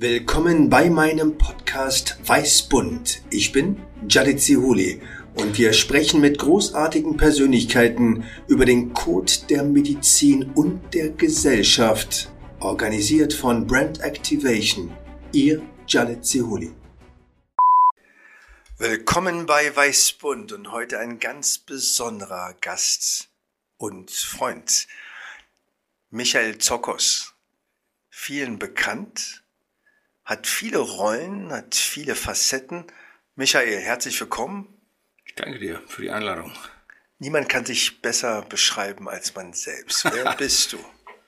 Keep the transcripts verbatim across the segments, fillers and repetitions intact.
Willkommen bei meinem Podcast Weißbunt. Ich bin Jalid Zihuli und wir sprechen mit großartigen Persönlichkeiten über den Code der Medizin und der Gesellschaft, organisiert von Brand Activation. Ihr Jalid Zihuli. Willkommen bei Weißbunt und heute ein ganz besonderer Gast und Freund, Michael Zokos. Vielen bekannt, hat viele Rollen, hat viele Facetten. Michael, herzlich willkommen. Ich danke dir für die Einladung. Niemand kann sich besser beschreiben als man selbst. Wer bist du?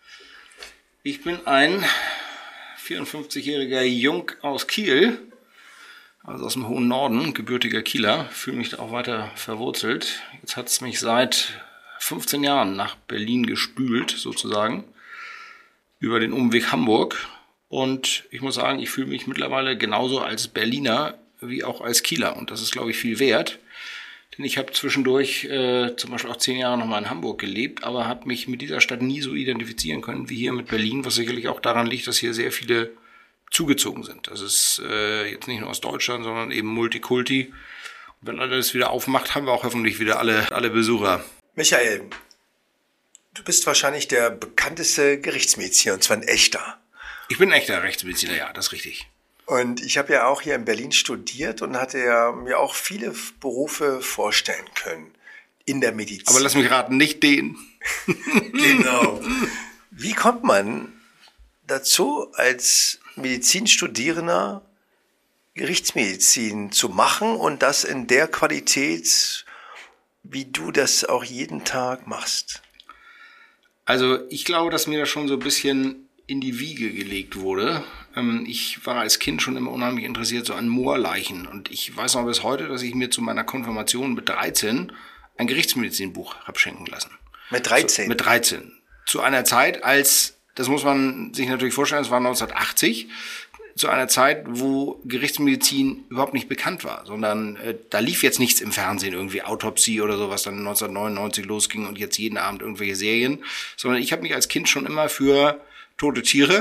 Ich bin ein vierundfünfzigjähriger Jung aus Kiel, also aus dem hohen Norden, gebürtiger Kieler, fühle mich da auch weiter verwurzelt. Jetzt hat es mich seit fünfzehn Jahren nach Berlin gespült, sozusagen, über den Umweg Hamburg. Und ich muss sagen, ich fühle mich mittlerweile genauso als Berliner wie auch als Kieler. Und das ist, glaube ich, viel wert. Denn ich habe zwischendurch äh, zum Beispiel auch zehn Jahre nochmal in Hamburg gelebt, aber habe mich mit dieser Stadt nie so identifizieren können wie hier mit Berlin, was sicherlich auch daran liegt, dass hier sehr viele zugezogen sind. Das ist äh, jetzt nicht nur aus Deutschland, sondern eben Multikulti. Und wenn alles wieder aufmacht, haben wir auch hoffentlich wieder alle, alle Besucher. Michael, du bist wahrscheinlich der bekannteste Gerichtsmediziner, und zwar ein echter. Ich bin ein echter Rechtsmediziner, ja, das ist richtig. Und ich habe ja auch hier in Berlin studiert und hatte ja mir auch viele Berufe vorstellen können in der Medizin. Aber lass mich raten, nicht den. Genau. Wie kommt man dazu, als Medizinstudierender Gerichtsmedizin zu machen und das in der Qualität, wie du das auch jeden Tag machst? Also ich glaube, dass mir das schon so ein bisschen in die Wiege gelegt wurde. Ich war als Kind schon immer unheimlich interessiert so an Moorleichen und ich weiß noch bis heute, dass ich mir zu meiner Konfirmation mit dreizehn ein Gerichtsmedizinbuch habe schenken lassen. Mit dreizehn? So, mit dreizehn. Zu einer Zeit, als, das muss man sich natürlich vorstellen, es war neunzehnhundertachtzig, zu einer Zeit, wo Gerichtsmedizin überhaupt nicht bekannt war, sondern äh, da lief jetzt nichts im Fernsehen, irgendwie Autopsie oder so, was dann neunzehnhundertneunundneunzig losging und jetzt jeden Abend irgendwelche Serien, sondern ich habe mich als Kind schon immer für tote Tiere,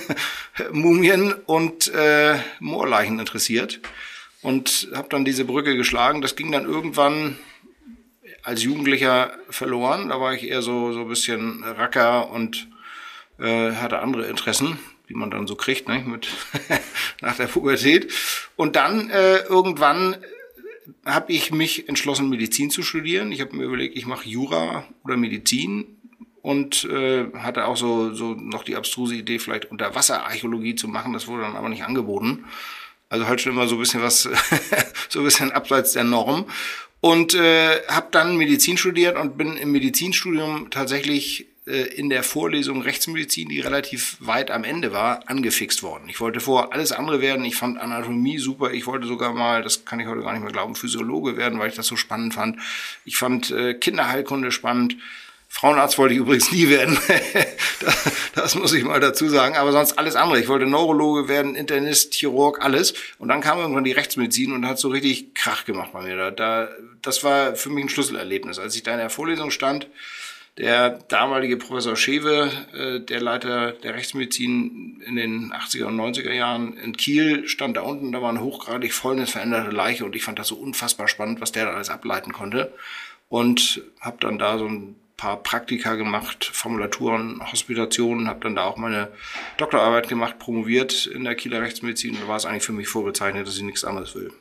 Mumien und äh, Moorleichen interessiert und habe dann diese Brücke geschlagen. Das ging dann irgendwann als Jugendlicher verloren. Da war ich eher so so ein bisschen Racker und äh, hatte andere Interessen, wie man dann so kriegt, ne, mit nach der Pubertät. Und dann äh, irgendwann habe ich mich entschlossen, Medizin zu studieren. Ich habe mir überlegt, ich mache Jura oder Medizin. Und äh, hatte auch so so noch die abstruse Idee, vielleicht Unterwasserarchäologie zu machen. Das wurde dann aber nicht angeboten. Also halt schon immer so ein bisschen was, so ein bisschen abseits der Norm. Und äh, habe dann Medizin studiert und bin im Medizinstudium tatsächlich äh, in der Vorlesung Rechtsmedizin, die relativ weit am Ende war, angefixt worden. Ich wollte vorher alles andere werden. Ich fand Anatomie super. Ich wollte sogar mal, das kann ich heute gar nicht mehr glauben, Physiologe werden, weil ich das so spannend fand. Ich fand äh, Kinderheilkunde spannend. Frauenarzt wollte ich übrigens nie werden, das, das muss ich mal dazu sagen, aber sonst alles andere. Ich wollte Neurologe werden, Internist, Chirurg, alles. Und dann kam irgendwann die Rechtsmedizin und hat so richtig Krach gemacht bei mir. Da, da, das war für mich ein Schlüsselerlebnis. Als ich da in der Vorlesung stand, der damalige Professor Schewe, äh, der Leiter der Rechtsmedizin in den achtziger und neunziger Jahren in Kiel, stand da unten, da war eine hochgradig fäulnisveränderte Leiche und ich fand das so unfassbar spannend, was der da alles ableiten konnte. Und habe dann da so ein paar Praktika gemacht, Formulaturen, Hospitationen, habe dann da auch meine Doktorarbeit gemacht, promoviert in der Kieler Rechtsmedizin. Da war es eigentlich für mich vorgezeichnet, dass ich nichts anderes will.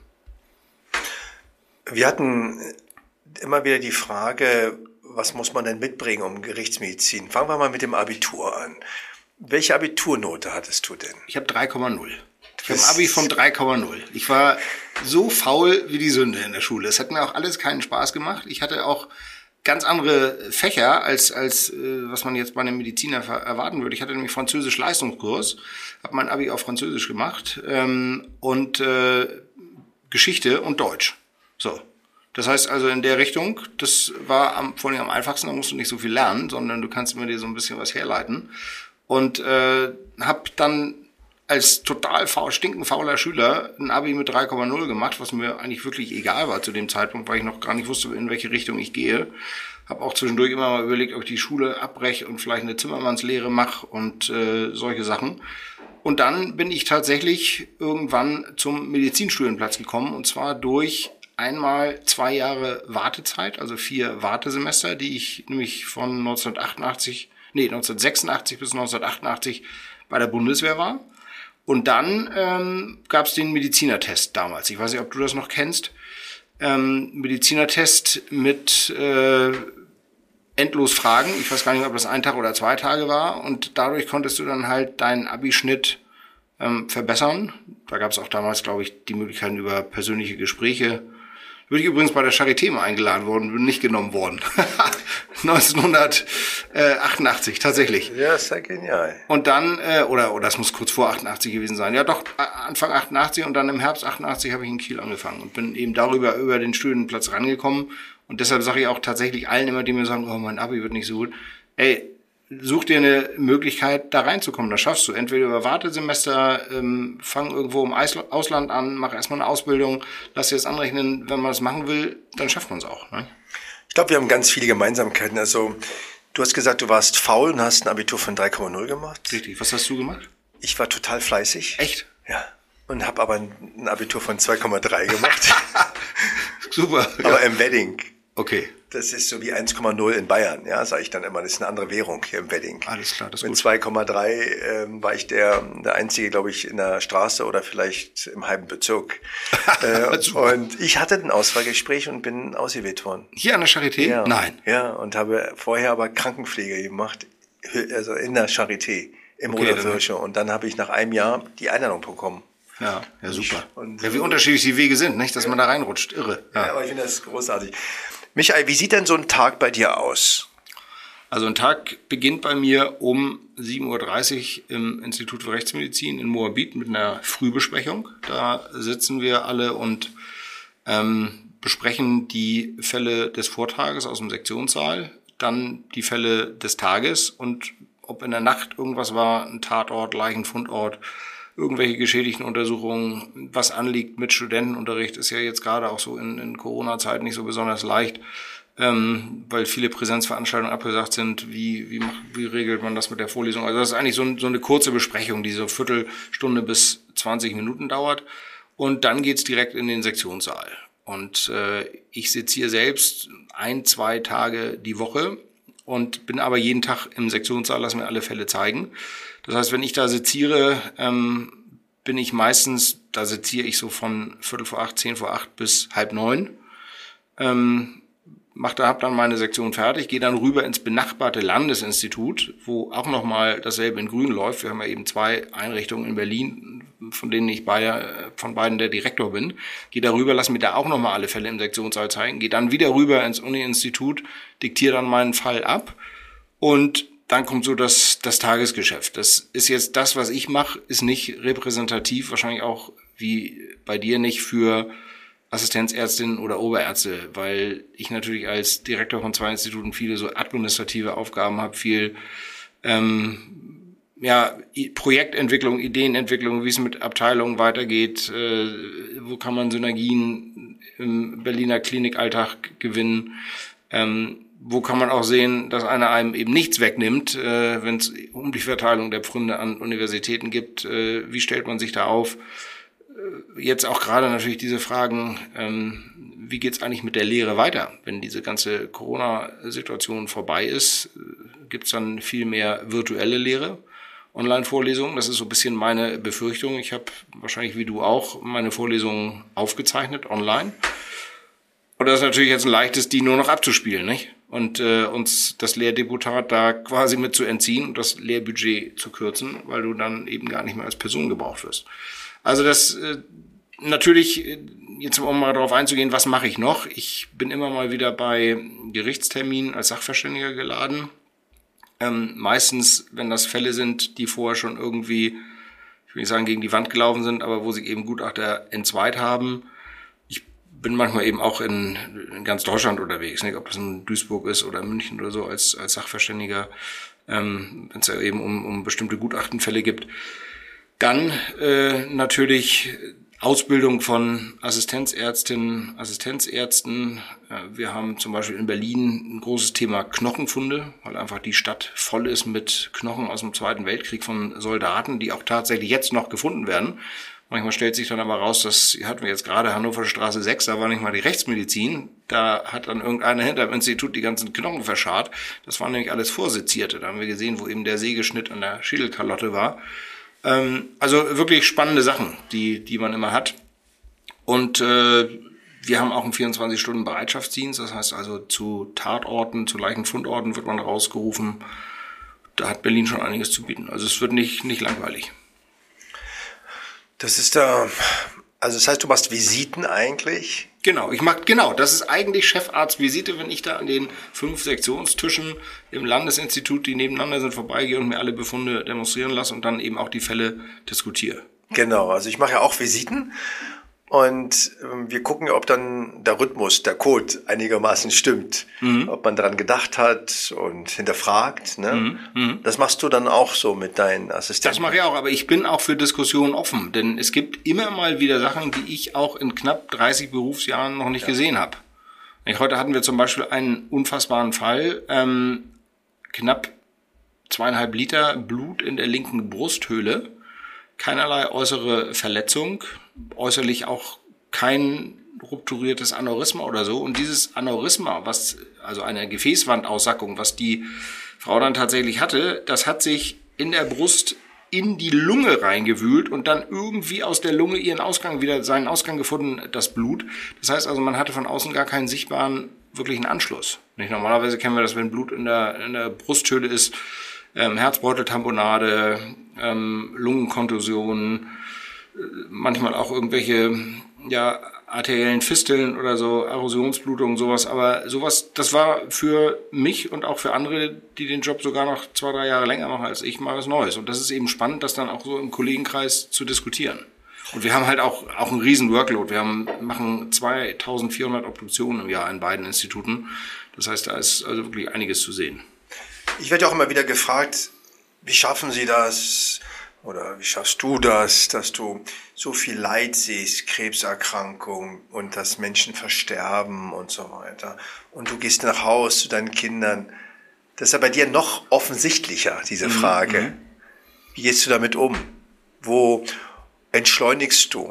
Wir hatten immer wieder die Frage, was muss man denn mitbringen um Gerichtsmedizin? Fangen wir mal mit dem Abitur an. Welche Abiturnote hattest du denn? Ich habe drei Komma null. Ich habe ein Abi von drei Komma null. Ich war so faul wie die Sünde in der Schule. Es hat mir auch alles keinen Spaß gemacht. Ich hatte auch ganz andere Fächer, als als äh, was man jetzt bei einem Mediziner erwarten würde. Ich hatte nämlich Französisch-Leistungskurs, habe mein Abi auf Französisch gemacht ähm, und äh, Geschichte und Deutsch. So, das heißt also in der Richtung, das war am, vor allem am einfachsten, da musst du nicht so viel lernen, sondern du kannst immer dir so ein bisschen was herleiten. Und äh, habe dann als total faul, stinkenfauler Schüler ein Abi mit drei Komma null gemacht, was mir eigentlich wirklich egal war zu dem Zeitpunkt, weil ich noch gar nicht wusste, in welche Richtung ich gehe. Habe auch zwischendurch immer mal überlegt, ob ich die Schule abbreche und vielleicht eine Zimmermannslehre mache und äh, solche Sachen. Und dann bin ich tatsächlich irgendwann zum Medizinstudienplatz gekommen, und zwar durch einmal zwei Jahre Wartezeit, also vier Wartesemester, die ich nämlich von neunzehnhundertachtundachtzig, nee, neunzehnhundertsechsundachtzig bis neunzehnhundertachtundachtzig bei der Bundeswehr war. Und dann ähm, gab es den Medizinertest damals. Ich weiß nicht, ob du das noch kennst. Ähm, Medizinertest mit äh, endlos Fragen. Ich weiß gar nicht, ob das ein Tag oder zwei Tage war. Und dadurch konntest du dann halt deinen Abischnitt ähm, verbessern. Da gab es auch damals, glaube ich, die Möglichkeiten über persönliche Gespräche. Bin ich übrigens bei der Charité mal eingeladen worden, bin nicht genommen worden. neunzehnhundertachtundachtzig, tatsächlich. Ja, sehr genial. Und dann, äh, oder oder das muss kurz vor achtundachtzig gewesen sein. Ja doch, Anfang achtundachtzig, und dann im Herbst achtundachtzig habe ich in Kiel angefangen und bin eben darüber über den Studienplatz rangekommen. Und deshalb sage ich auch tatsächlich allen immer, die mir sagen, oh, mein Abi wird nicht so gut. Ey, such dir eine Möglichkeit, da reinzukommen. Das schaffst du. Entweder über Wartesemester, ähm, fang irgendwo im Ausland an, mach erstmal eine Ausbildung, lass dir das anrechnen. Wenn man das machen will, dann schafft man es auch. Ne? Ich glaube, wir haben ganz viele Gemeinsamkeiten. Also, du hast gesagt, du warst faul und hast ein Abitur von drei Komma null gemacht. Richtig. Was hast du gemacht? Ich war total fleißig. Echt? Ja. Und habe aber ein Abitur von zwei Komma drei gemacht. Super. Aber im Wedding. Okay. Das ist so wie eins Komma null in Bayern, ja, sage ich dann immer. Das ist eine andere Währung hier im Wedding. Alles klar, das ist Mit gut. zwei Komma drei ähm, war ich der, der Einzige, glaube ich, in der Straße oder vielleicht im halben Bezirk. äh, und ich hatte ein Auswahlgespräch und bin ausgewählt worden. Hier an der Charité? Ja, Nein. Ja, und habe vorher aber Krankenpflege gemacht, also in der Charité, im Okay, Rudolf-Hirsche. Und dann habe ich nach einem Jahr die Einladung bekommen. Ja, ja, super. Und, ja, wie unterschiedlich die Wege sind, nicht, dass man da reinrutscht. Irre. Ja, ja, aber ich finde das großartig. Michael, wie sieht denn so ein Tag bei dir aus? Also ein Tag beginnt bei mir um sieben Uhr dreißig im Institut für Rechtsmedizin in Moabit mit einer Frühbesprechung. Da sitzen wir alle und ähm, besprechen die Fälle des Vortages aus dem Sektionssaal, dann die Fälle des Tages und ob in der Nacht irgendwas war, ein Tatort, Leichenfundort, irgendwelche geschädigten Untersuchungen, was anliegt mit Studentenunterricht, ist ja jetzt gerade auch so in, in Corona-Zeiten nicht so besonders leicht, ähm, weil viele Präsenzveranstaltungen abgesagt sind. Wie, wie, macht, wie regelt man das mit der Vorlesung? Also das ist eigentlich so, ein, so eine kurze Besprechung, die so Viertelstunde bis zwanzig Minuten dauert. Und dann geht's direkt in den Sektionssaal. Und äh, ich sitze hier selbst ein, zwei Tage die Woche und bin aber jeden Tag im Sektionssaal, lass mir alle Fälle zeigen. Das heißt, wenn ich da seziere, ähm, bin ich meistens, da seziere ich so von Viertel vor acht, zehn vor acht bis halb neun. Ähm, mach da, hab dann meine Sektion fertig, gehe dann rüber ins benachbarte Landesinstitut, wo auch nochmal dasselbe in Grün läuft. Wir haben ja eben zwei Einrichtungen in Berlin, von denen ich beide, von beiden der Direktor bin. Gehe da rüber, lass mir da auch nochmal alle Fälle im Sektionssaal zeigen. Gehe dann wieder rüber ins Uni-Institut, diktiere dann meinen Fall ab und dann kommt so das, das Tagesgeschäft. Das ist jetzt das, was ich mache, ist nicht repräsentativ, wahrscheinlich auch wie bei dir nicht für Assistenzärztinnen oder Oberärzte, weil ich natürlich als Direktor von zwei Instituten viele so administrative Aufgaben habe, viel ähm, ja, Projektentwicklung, Ideenentwicklung, wie es mit Abteilungen weitergeht, äh, wo kann man Synergien im Berliner Klinikalltag gewinnen, ähm, wo kann man auch sehen, dass einer einem eben nichts wegnimmt, äh, wenn es um die Verteilung der Pfründe an Universitäten gibt. Äh, wie stellt man sich da auf? Äh, jetzt auch gerade natürlich diese Fragen, ähm, wie geht's eigentlich mit der Lehre weiter? Wenn diese ganze Corona-Situation vorbei ist, äh, gibt's dann viel mehr virtuelle Lehre, Online-Vorlesungen. Das ist so ein bisschen meine Befürchtung. Ich habe wahrscheinlich wie du auch meine Vorlesungen aufgezeichnet online. Und das ist natürlich jetzt ein leichtes, die nur noch abzuspielen, nicht? Und äh, uns das Lehrdeputat da quasi mit zu entziehen und das Lehrbudget zu kürzen, weil du dann eben gar nicht mehr als Person gebraucht wirst. Also das äh, natürlich, jetzt um mal darauf einzugehen, was mache ich noch? Ich bin immer mal wieder bei Gerichtsterminen als Sachverständiger geladen. Ähm, meistens, wenn das Fälle sind, die vorher schon irgendwie, ich will nicht sagen, gegen die Wand gelaufen sind, aber wo sich eben Gutachter entzweit haben. Bin manchmal eben auch in, in ganz Deutschland unterwegs, nicht? Ob das in Duisburg ist oder in München oder so als, als Sachverständiger, ähm, wenn es ja eben um, um bestimmte Gutachtenfälle gibt. Dann äh, natürlich Ausbildung von Assistenzärztinnen, Assistenzärzten. Wir haben zum Beispiel in Berlin ein großes Thema Knochenfunde, weil einfach die Stadt voll ist mit Knochen aus dem Zweiten Weltkrieg von Soldaten, die auch tatsächlich jetzt noch gefunden werden. Manchmal stellt sich dann aber raus, das hatten wir jetzt gerade Hannover Straße sechs, da war nicht mal die Rechtsmedizin. Da hat dann irgendeiner hinter dem Institut die ganzen Knochen verscharrt. Das waren nämlich alles Vorsezierte. Da haben wir gesehen, wo eben der Sägeschnitt an der Schädelkalotte war. Also wirklich spannende Sachen, die die man immer hat. Und äh, wir haben auch einen vierundzwanzig Stunden Bereitschaftsdienst. Das heißt also zu Tatorten, zu Leichenfundorten wird man rausgerufen. Da hat Berlin schon einiges zu bieten. Also es wird nicht nicht langweilig. Das ist da, also das heißt, du machst Visiten eigentlich? Genau, ich mach, genau, das ist eigentlich Chefarztvisite, wenn ich da an den fünf Sektionstischen im Landesinstitut, die nebeneinander sind, vorbeigehe und mir alle Befunde demonstrieren lasse und dann eben auch die Fälle diskutiere. Genau, also ich mache ja auch Visiten und ähm, wir gucken, ob dann der Rhythmus, der Code einigermaßen stimmt, mhm. ob man daran gedacht hat und hinterfragt. Ne? Mhm. Mhm. Das machst du dann auch so mit deinen Assistenten? Das mache ich auch, aber ich bin auch für Diskussionen offen, denn es gibt immer mal wieder Sachen, die ich auch in knapp dreißig Berufsjahren noch nicht ja. gesehen habe. Heute hatten wir zum Beispiel einen unfassbaren Fall, ähm, knapp zweieinhalb Liter Blut in der linken Brusthöhle, keinerlei äußere Verletzung, äußerlich auch kein rupturiertes Aneurysma oder so. Und dieses Aneurysma, was, also eine Gefäßwandaussackung, was die Frau dann tatsächlich hatte, das hat sich in der Brust in die Lunge reingewühlt und dann irgendwie aus der Lunge ihren Ausgang wieder, seinen Ausgang gefunden, das Blut. Das heißt also, man hatte von außen gar keinen sichtbaren, wirklichen Anschluss. Nicht? Normalerweise kennen wir das, wenn Blut in der, in der Brusthöhle ist, ähm, Herzbeuteltamponade, ähm, Lungenkontusionen, äh, manchmal auch irgendwelche, ja, arteriellen Fisteln oder so, Erosionsblutungen, sowas. Aber sowas, das war für mich und auch für andere, die den Job sogar noch zwei, drei Jahre länger machen als ich, mal was Neues. Und das ist eben spannend, das dann auch so im Kollegenkreis zu diskutieren. Und wir haben halt auch, auch einen riesen Workload. Wir haben, machen zweitausendvierhundert Obduktionen im Jahr in beiden Instituten. Das heißt, da ist also wirklich einiges zu sehen. Ich werde auch immer wieder gefragt, wie schaffen Sie das oder wie schaffst du das, dass du so viel Leid siehst, Krebserkrankung und dass Menschen versterben und so weiter. Und du gehst nach Hause zu deinen Kindern. Das ist ja bei dir noch offensichtlicher, diese Frage. Mhm. Wie gehst du damit um? Wo entschleunigst du?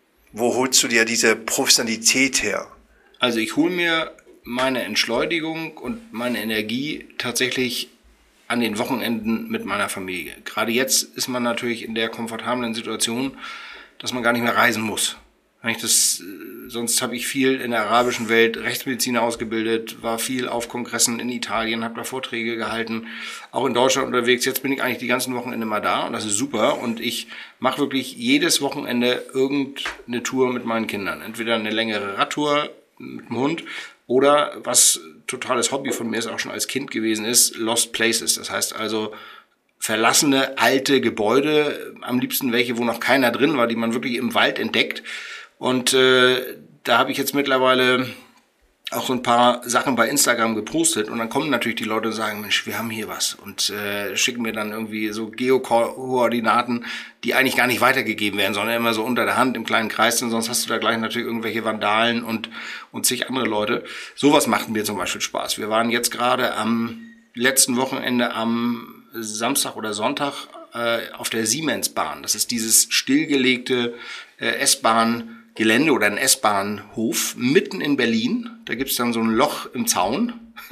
Wo holst du dir diese Professionalität her? Also ich hole mir meine Entschleunigung und meine Energie tatsächlich an den Wochenenden mit meiner Familie. Gerade jetzt ist man natürlich in der komfortablen Situation, dass man gar nicht mehr reisen muss. Das, sonst habe ich viel in der arabischen Welt Rechtsmediziner ausgebildet, war viel auf Kongressen in Italien, habe da Vorträge gehalten, auch in Deutschland unterwegs. Jetzt bin ich eigentlich die ganzen Wochenende mal da und das ist super. Und ich mache wirklich jedes Wochenende irgendeine Tour mit meinen Kindern. Entweder eine längere Radtour mit dem Hund oder, was totales Hobby von mir ist, auch schon als Kind gewesen ist, Lost Places. Das heißt also verlassene alte Gebäude, am liebsten welche, wo noch keiner drin war, die man wirklich im Wald entdeckt. Und äh, da habe ich jetzt mittlerweile auch so ein paar Sachen bei Instagram gepostet und dann kommen natürlich die Leute und sagen, Mensch, wir haben hier was und äh, schicken mir dann irgendwie so Geokoordinaten, die eigentlich gar nicht weitergegeben werden, sondern immer so unter der Hand im kleinen Kreis sind, sonst hast du da gleich natürlich irgendwelche Vandalen und und zig andere Leute. Sowas macht mir zum Beispiel Spaß. Wir waren jetzt gerade am letzten Wochenende am Samstag oder Sonntag äh, auf der Siemensbahn. Das ist dieses stillgelegte äh, S-Bahn Gelände oder ein S-Bahnhof mitten in Berlin. Da gibt's dann so ein Loch im Zaun.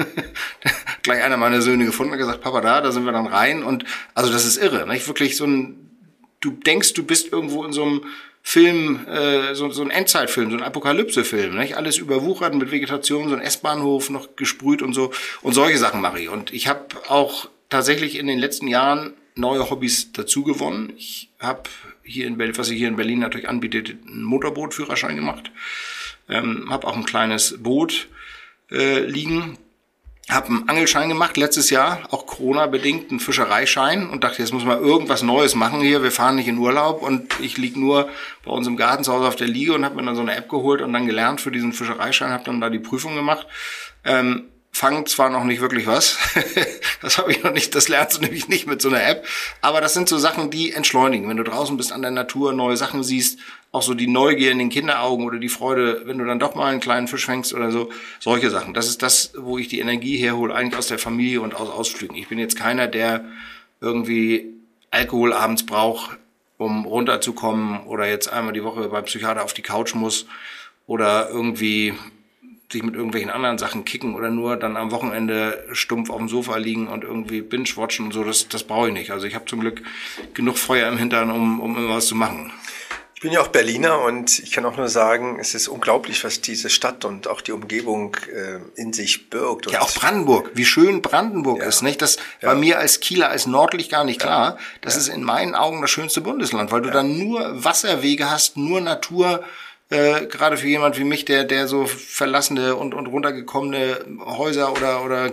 Gleich einer meiner Söhne gefunden und gesagt, Papa, da, da sind wir dann rein. Und also das ist irre. Nicht? Wirklich so ein, du denkst, du bist irgendwo in so einem Film, äh, so, so ein Endzeitfilm, so ein Apokalypsefilm. Nicht? Alles überwuchert mit Vegetation, so ein S-Bahnhof noch gesprüht und so. Und solche Sachen mache ich. Und ich habe auch tatsächlich in den letzten Jahren neue Hobbys dazu gewonnen. Ich habe hier in Berlin, was ich hier in Berlin natürlich anbietet, einen Motorbootführerschein gemacht. Ähm, habe auch ein kleines Boot äh, liegen. Habe einen Angelschein gemacht letztes Jahr, auch Corona-bedingt, einen Fischereischein und dachte, jetzt muss man irgendwas Neues machen hier. Wir fahren nicht in Urlaub und ich lieg nur bei uns im Garten zu Hause auf der Liege und habe mir dann so eine App geholt und dann gelernt für diesen Fischereischein, habe dann da die Prüfung gemacht. Ähm, fangen zwar noch nicht wirklich was, das habe ich noch nicht, das lernst du nämlich nicht mit so einer App, aber das sind so Sachen, die entschleunigen. Wenn du draußen bist an der Natur, neue Sachen siehst, auch so die Neugier in den Kinderaugen oder die Freude, wenn du dann doch mal einen kleinen Fisch fängst oder so, solche Sachen. Das ist das, wo ich die Energie herhole, eigentlich aus der Familie und aus Ausflügen. Ich bin jetzt keiner, der irgendwie Alkohol abends braucht, um runterzukommen oder jetzt einmal die Woche beim Psychiater auf die Couch muss oder irgendwie sich mit irgendwelchen anderen Sachen kicken oder nur dann am Wochenende stumpf auf dem Sofa liegen und irgendwie binge-watchen und so, das, das brauche ich nicht. Also ich habe zum Glück genug Feuer im Hintern, um, um immer was zu machen. Ich bin ja auch Berliner und ich kann auch nur sagen, es ist unglaublich, was diese Stadt und auch die Umgebung äh, in sich birgt. Und ja, auch Brandenburg, wie schön Brandenburg ja. ist, nicht? Das ja. war mir als Kieler, als Nordlich gar nicht ja. klar. Das ja. ist in meinen Augen das schönste Bundesland, weil du ja. dann nur Wasserwege hast, nur Natur, äh, gerade für jemand wie mich, der der so verlassene und und runtergekommene Häuser oder oder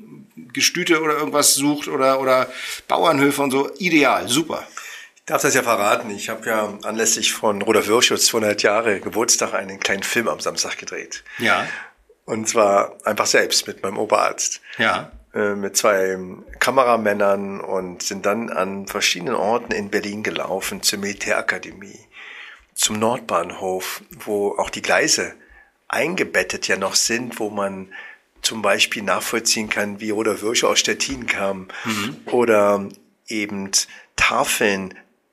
Gestüte oder irgendwas sucht oder oder Bauernhöfe und so, ideal, super. Ich darf das ja verraten. Ich habe ja anlässlich von Rudolf Virchows zweihundert Jahre Geburtstag einen kleinen Film am Samstag gedreht. Ja. Und zwar einfach selbst mit meinem Oberarzt. Ja. Äh, mit zwei Kameramännern und sind dann an verschiedenen Orten in Berlin gelaufen, zur Militärakademie, zum Nordbahnhof, wo auch die Gleise eingebettet ja noch sind, wo man zum Beispiel nachvollziehen kann, wie Rudolf Virchow aus Stettin kam. Mhm. Oder eben Tafeln,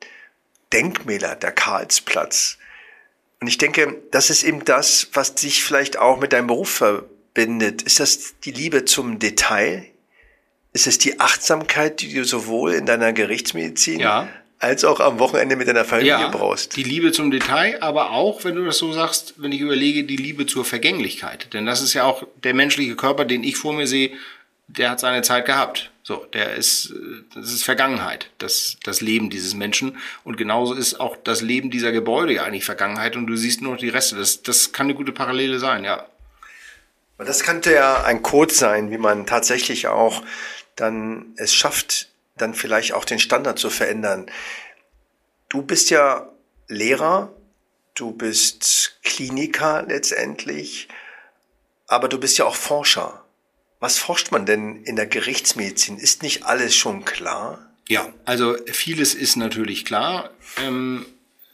Denkmäler, der Karlsplatz. Und ich denke, das ist eben das, was dich vielleicht auch mit deinem Beruf verbindet. Ist das die Liebe zum Detail? Ist es die Achtsamkeit, die du sowohl in deiner Gerichtsmedizin ja. als auch am Wochenende mit deiner Familie ja, brauchst? Die Liebe zum Detail, aber auch, wenn du das so sagst, wenn ich überlege, die Liebe zur Vergänglichkeit. Denn das ist ja auch der menschliche Körper, den ich vor mir sehe, der hat seine Zeit gehabt. So, der ist, das ist Vergangenheit, das, das Leben dieses Menschen. Und genauso ist auch das Leben dieser Gebäude ja eigentlich Vergangenheit und du siehst nur noch die Reste. Das, das kann eine gute Parallele sein, ja. Das könnte ja ein Code sein, wie man tatsächlich auch dann es schafft, dann vielleicht auch den Standard zu verändern. Du bist ja Lehrer, du bist Kliniker letztendlich, aber du bist ja auch Forscher. Was forscht man denn in der Gerichtsmedizin? Ist nicht alles schon klar? Ja, also vieles ist natürlich klar. Ähm,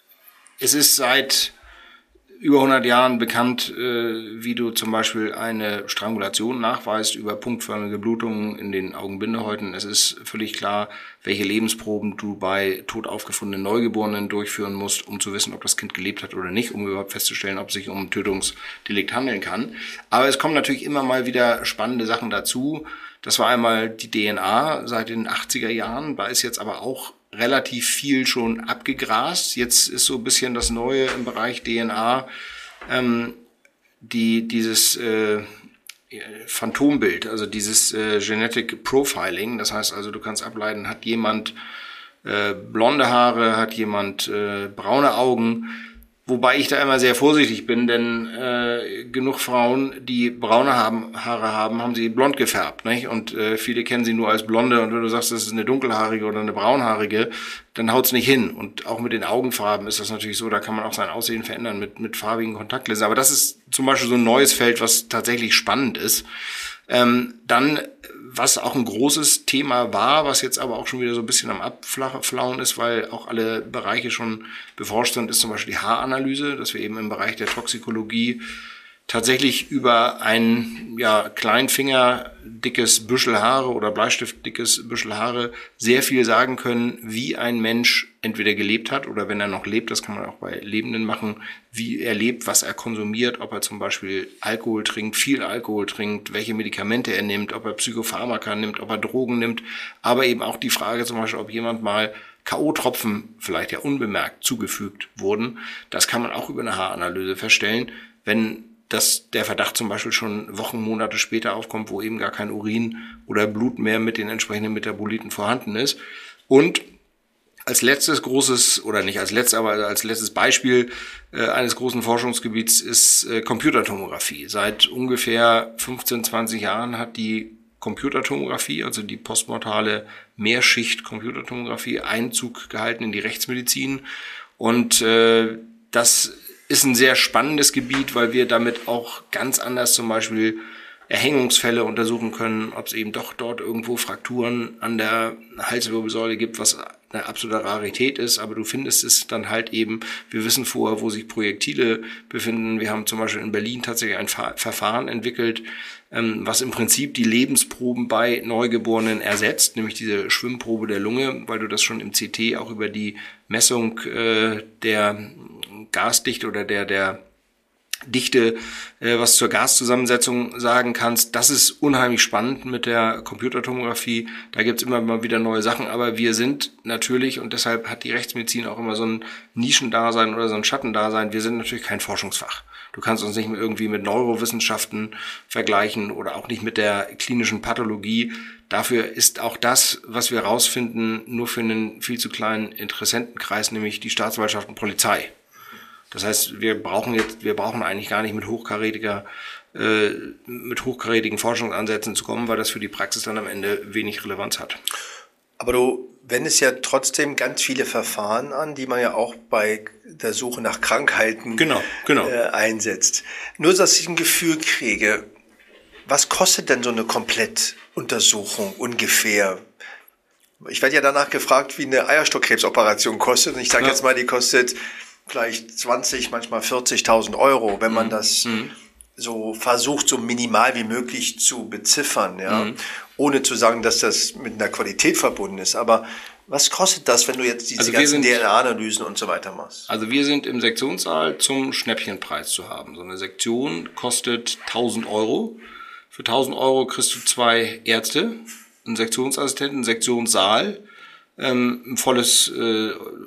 es ist seit über hundert Jahren bekannt, äh, wie du zum Beispiel eine Strangulation nachweist über punktförmige Blutungen in den Augenbindehäuten. Es ist völlig klar, welche Lebensproben du bei tot aufgefundenen Neugeborenen durchführen musst, um zu wissen, ob das Kind gelebt hat oder nicht, um überhaupt festzustellen, ob es sich um ein Tötungsdelikt handeln kann. Aber es kommen natürlich immer mal wieder spannende Sachen dazu. Das war einmal die D N A seit den achtziger Jahren, da ist jetzt aber auch relativ viel schon abgegrast. Jetzt ist so ein bisschen das Neue im Bereich D N A, ähm, die dieses äh, Phantombild, also dieses äh, Genetic Profiling. Das heißt also, du kannst ableiten, hat jemand äh, blonde Haare, hat jemand äh, braune Augen. Wobei ich da immer sehr vorsichtig bin, denn äh, genug Frauen, die braune haben, Haare haben, haben sie blond gefärbt, nicht? Und äh, viele kennen sie nur als blonde. Und wenn du sagst, das ist eine dunkelhaarige oder eine braunhaarige, dann haut's nicht hin. Und auch mit den Augenfarben ist das natürlich so, da kann man auch sein Aussehen verändern mit mit farbigen Kontaktlinsen. Aber das ist zum Beispiel so ein neues Feld, was tatsächlich spannend ist. Ähm, dann, was auch ein großes Thema war, was jetzt aber auch schon wieder so ein bisschen am Abflauen ist, weil auch alle Bereiche schon beforscht sind, ist zum Beispiel die Haaranalyse, dass wir eben im Bereich der Toxikologie tatsächlich über ein ja, Kleinfinger dickes Büschel Haare oder Bleistift dickes Büschel Haare sehr viel sagen können, wie ein Mensch entweder gelebt hat oder wenn er noch lebt, das kann man auch bei Lebenden machen, wie er lebt, was er konsumiert, ob er zum Beispiel Alkohol trinkt, viel Alkohol trinkt, welche Medikamente er nimmt, ob er Psychopharmaka nimmt, ob er Drogen nimmt, aber eben auch die Frage zum Beispiel, ob jemand mal K O-Tropfen vielleicht ja unbemerkt zugefügt wurden. Das kann man auch über eine Haaranalyse feststellen, wenn dass der Verdacht zum Beispiel schon Wochen, Monate später aufkommt, wo eben gar kein Urin oder Blut mehr mit den entsprechenden Metaboliten vorhanden ist. Und als letztes großes, oder nicht als letztes, aber als letztes Beispiel äh, eines großen Forschungsgebiets ist äh, Computertomographie. Seit ungefähr fünfzehn, zwanzig Jahren hat die Computertomographie, also die postmortale Mehrschicht-Computertomographie, Einzug gehalten in die Rechtsmedizin. Und äh, das ist ein sehr spannendes Gebiet, weil wir damit auch ganz anders zum Beispiel Erhängungsfälle untersuchen können, ob es eben doch dort irgendwo Frakturen an der Halswirbelsäule gibt, was eine absolute Rarität ist, aber du findest es dann halt eben, wir wissen vorher, wo sich Projektile befinden. Wir haben zum Beispiel in Berlin tatsächlich ein Ver- Verfahren entwickelt, ähm, was im Prinzip die Lebensproben bei Neugeborenen ersetzt, nämlich diese Schwimmprobe der Lunge, weil du das schon im C T auch über die Messung äh, der Gasdichte oder der, der Dichte, äh, was zur Gaszusammensetzung sagen kannst. Das ist unheimlich spannend mit der Computertomographie. Da gibt's immer mal wieder neue Sachen, aber wir sind natürlich, und deshalb hat die Rechtsmedizin auch immer so ein Nischendasein oder so ein Schattendasein, wir sind natürlich kein Forschungsfach. Du kannst uns nicht mehr irgendwie mit Neurowissenschaften vergleichen oder auch nicht mit der klinischen Pathologie. Dafür ist auch das, was wir rausfinden, nur für einen viel zu kleinen Interessentenkreis, nämlich die Staatsanwaltschaft und Polizei. Das heißt, wir brauchen jetzt, wir brauchen eigentlich gar nicht mit hochkarätiger, äh, mit hochkarätigen Forschungsansätzen zu kommen, weil das für die Praxis dann am Ende wenig Relevanz hat. Aber du wendest ja trotzdem ganz viele Verfahren an, die man ja auch bei der Suche nach Krankheiten genau, genau. Äh, einsetzt. Nur, dass ich ein Gefühl kriege, was kostet denn so eine Komplettuntersuchung ungefähr? Ich werde ja danach gefragt, wie eine Eierstockkrebsoperation kostet. Und ich sage ja. jetzt mal, die kostet vielleicht zwanzig, manchmal vierzigtausend Euro, wenn man mhm. das mhm. so versucht, so minimal wie möglich zu beziffern, ja, mhm. ohne zu sagen, dass das mit einer Qualität verbunden ist. Aber was kostet das, wenn du jetzt diese also ganzen D N A-Analysen und so weiter machst? Also wir sind im Sektionssaal zum Schnäppchenpreis zu haben. So eine Sektion kostet tausend Euro. Für tausend Euro kriegst du zwei Ärzte, einen Sektionsassistenten, einen Sektionssaal, ähm, ein volles äh,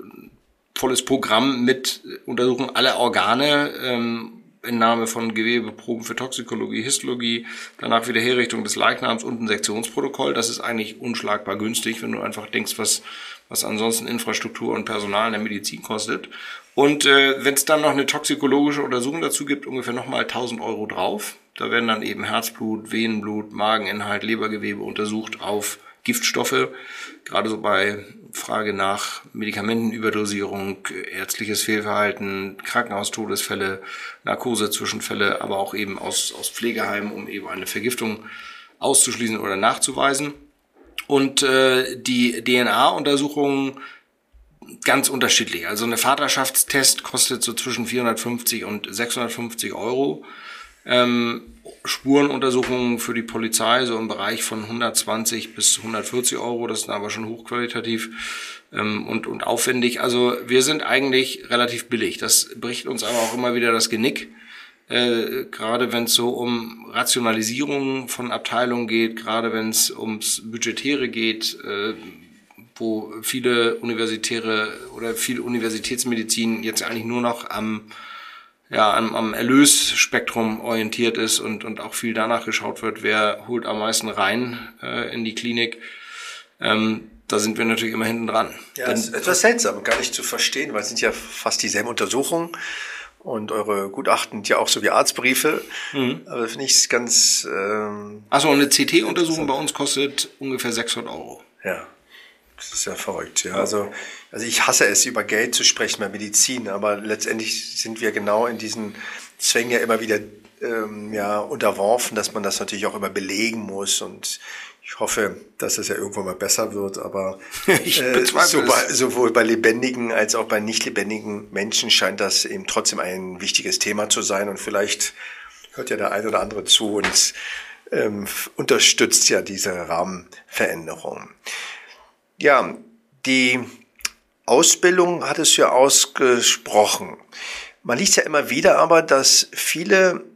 volles Programm mit Untersuchung aller Organe, ähm, Entnahme von Gewebeproben für Toxikologie, Histologie, danach wieder Herrichtung des Leichnams und ein Sektionsprotokoll. Das ist eigentlich unschlagbar günstig, wenn du einfach denkst, was was ansonsten Infrastruktur und Personal in der Medizin kostet. Und äh, wenn es dann noch eine toxikologische Untersuchung dazu gibt, ungefähr nochmal tausend Euro drauf. Da werden dann eben Herzblut, Venenblut, Mageninhalt, Lebergewebe untersucht auf Giftstoffe, gerade so bei Frage nach Medikamentenüberdosierung, ärztliches Fehlverhalten, Krankenhaustodesfälle, Narkosezwischenfälle, aber auch eben aus, aus Pflegeheimen, um eben eine Vergiftung auszuschließen oder nachzuweisen. Und äh, die D N A-Untersuchungen ganz unterschiedlich. Also eine Vaterschaftstest kostet so zwischen vierhundertfünfzig und sechshundertfünfzig Euro. Ähm, Spurenuntersuchungen für die Polizei so im Bereich von hundertzwanzig bis hundertvierzig Euro, das ist aber schon hochqualitativ ähm, und, und aufwendig. Also wir sind eigentlich relativ billig. Das bricht uns aber auch immer wieder das Genick, äh, gerade wenn es so um Rationalisierung von Abteilungen geht, gerade wenn es ums Budgetäre geht, äh, wo viele universitäre oder viel Universitätsmedizin jetzt eigentlich nur noch am ja, am, am Erlösspektrum orientiert ist und, und auch viel danach geschaut wird, wer holt am meisten rein äh, in die Klinik. Ähm, da sind wir natürlich immer hinten dran. Ja, das ist etwas seltsam, gar nicht zu verstehen, weil es sind ja fast dieselben Untersuchungen und eure Gutachten ja auch so wie Arztbriefe. Mhm. Aber finde ich es ganz... Ähm, Achso, eine C T-Untersuchung bei uns kostet ungefähr sechshundert Euro. Ja. Das ist ja verrückt, ja. Also, also ich hasse es, über Geld zu sprechen bei Medizin, aber letztendlich sind wir genau in diesen Zwängen ja immer wieder ähm, ja, unterworfen, dass man das natürlich auch immer belegen muss und ich hoffe, dass es ja irgendwann mal besser wird, aber ich äh, so bei, sowohl bei lebendigen als auch bei nicht lebendigen Menschen scheint das eben trotzdem ein wichtiges Thema zu sein und vielleicht hört ja der ein oder andere zu und ähm, unterstützt ja diese Rahmenveränderung. Ja, die Ausbildung hat es ja ausgesprochen. Man liest ja immer wieder aber, dass viele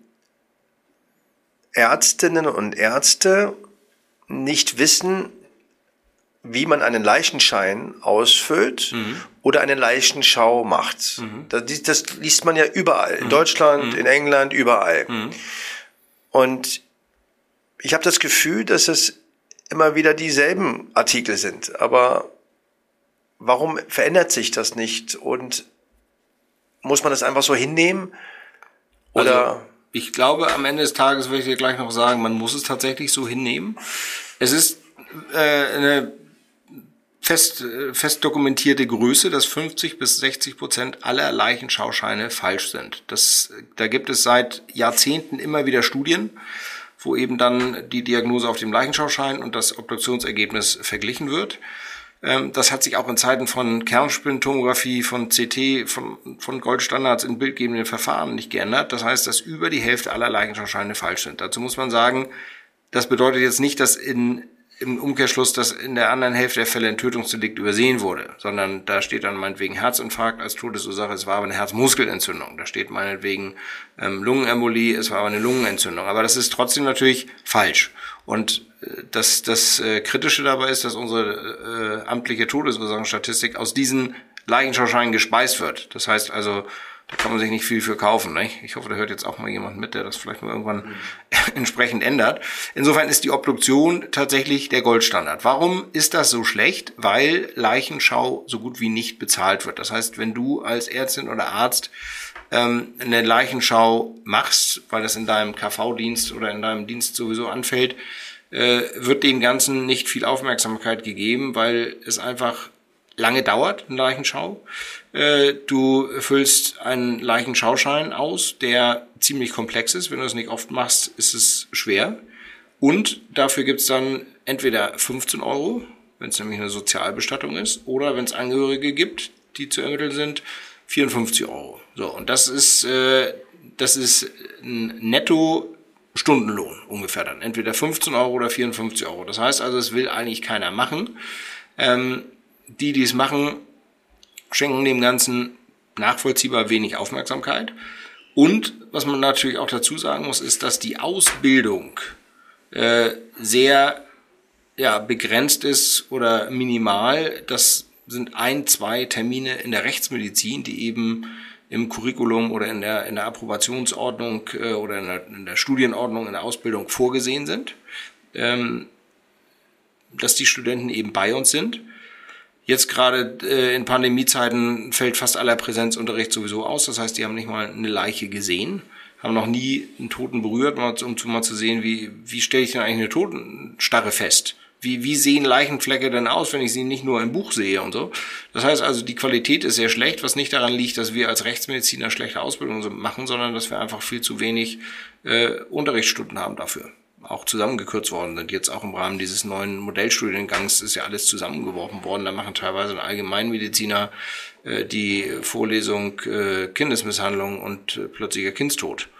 Ärztinnen und Ärzte nicht wissen, wie man einen Leichenschein ausfüllt mhm. oder eine Leichenschau macht. Mhm. Das, das liest man ja überall, in mhm. Deutschland, mhm. in England, überall. Mhm. Und ich habe das Gefühl, dass es immer wieder dieselben Artikel sind. Aber warum verändert sich das nicht? Und muss man das einfach so hinnehmen? Oder? Also, ich glaube, am Ende des Tages will ich dir gleich noch sagen, man muss es tatsächlich so hinnehmen. Es ist äh, eine fest, fest dokumentierte Größe, dass fünfzig bis sechzig Prozent aller Leichenschauscheine falsch sind. Das, da gibt es seit Jahrzehnten immer wieder Studien. wo eben dann die Diagnose auf dem Leichenschauschein und das Obduktionsergebnis verglichen wird. Das hat sich auch in Zeiten von Kernspintomographie, von C T, von, von Goldstandards in bildgebenden Verfahren nicht geändert. Das heißt, dass über die Hälfte aller Leichenschauscheine falsch sind. Dazu muss man sagen, das bedeutet jetzt nicht, dass in, im Umkehrschluss, dass in der anderen Hälfte der Fälle ein Tötungsdelikt übersehen wurde, sondern da steht dann meinetwegen Herzinfarkt als Todesursache, es war aber eine Herzmuskelentzündung. Da steht meinetwegen ähm, Lungenembolie, es war aber eine Lungenentzündung. Aber das ist trotzdem natürlich falsch. Und Das, das äh, Kritische dabei ist, dass unsere äh, amtliche Todesursachenstatistik aus diesen Leichenschauscheinen gespeist wird. Das heißt also, da kann man sich nicht viel für kaufen. Ne? Ich hoffe, da hört jetzt auch mal jemand mit, der das vielleicht mal irgendwann mhm. entsprechend ändert. Insofern ist die Obduktion tatsächlich der Goldstandard. Warum ist das so schlecht? Weil Leichenschau so gut wie nicht bezahlt wird. Das heißt, wenn du als Ärztin oder Arzt ähm, eine Leichenschau machst, weil das in deinem K V-Dienst oder in deinem Dienst sowieso anfällt, wird dem Ganzen nicht viel Aufmerksamkeit gegeben, weil es einfach lange dauert, eine Leichenschau. Du füllst einen Leichenschauschein aus, der ziemlich komplex ist. Wenn du das nicht oft machst, ist es schwer. Und dafür gibt's dann entweder fünfzehn Euro, wenn es nämlich eine Sozialbestattung ist, oder wenn es Angehörige gibt, die zu ermitteln sind, vierundfünfzig Euro. So, und das ist, das ist ein Netto Stundenlohn ungefähr dann. Entweder fünfzehn Euro oder vierundfünfzig Euro. Das heißt also, es will eigentlich keiner machen. Ähm, die, die es machen, schenken dem Ganzen nachvollziehbar wenig Aufmerksamkeit. Und was man natürlich auch dazu sagen muss, ist, dass die Ausbildung äh, sehr ja, begrenzt ist oder minimal. Das sind ein, zwei Termine in der Rechtsmedizin, die eben im Curriculum oder in der, in der Approbationsordnung äh, oder in der, in der Studienordnung, in der Ausbildung vorgesehen sind, ähm, dass die Studenten eben bei uns sind. Jetzt gerade äh, in Pandemiezeiten fällt fast aller Präsenzunterricht sowieso aus. Das heißt, die haben nicht mal eine Leiche gesehen, haben noch nie einen Toten berührt, um, um mal zu sehen, wie, wie stelle ich denn eigentlich eine Totenstarre fest? Wie, wie sehen Leichenflecke denn aus, wenn ich sie nicht nur im Buch sehe und so? Das heißt also, die Qualität ist sehr schlecht, was nicht daran liegt, dass wir als Rechtsmediziner schlechte Ausbildung machen, sondern dass wir einfach viel zu wenig äh, Unterrichtsstunden haben dafür. Auch zusammengekürzt worden sind. Jetzt auch im Rahmen dieses neuen Modellstudiengangs ist ja alles zusammengeworfen worden. Da machen teilweise ein Allgemeinmediziner äh, die Vorlesung äh, Kindesmisshandlung und äh, plötzlicher Kindstod.